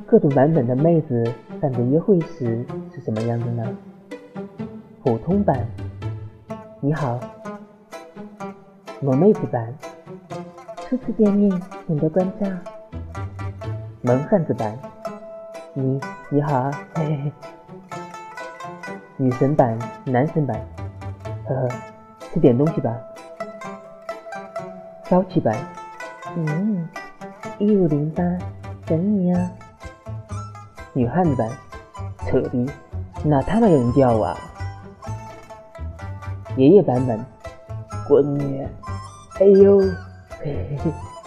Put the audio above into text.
各种版本的妹子范着约会时是什么样子呢？普通版，你好；萌妹子版， 初次见面请多关照； 萌汉子版，你好啊，嘿嘿嘿；女神版、男神版，呵呵，吃点东西吧；骚气版 1508等你啊； 女汉子版，扯逼，哪他妈有人叫啊！爷爷版本，滚你！哎呦，嘿嘿嘿。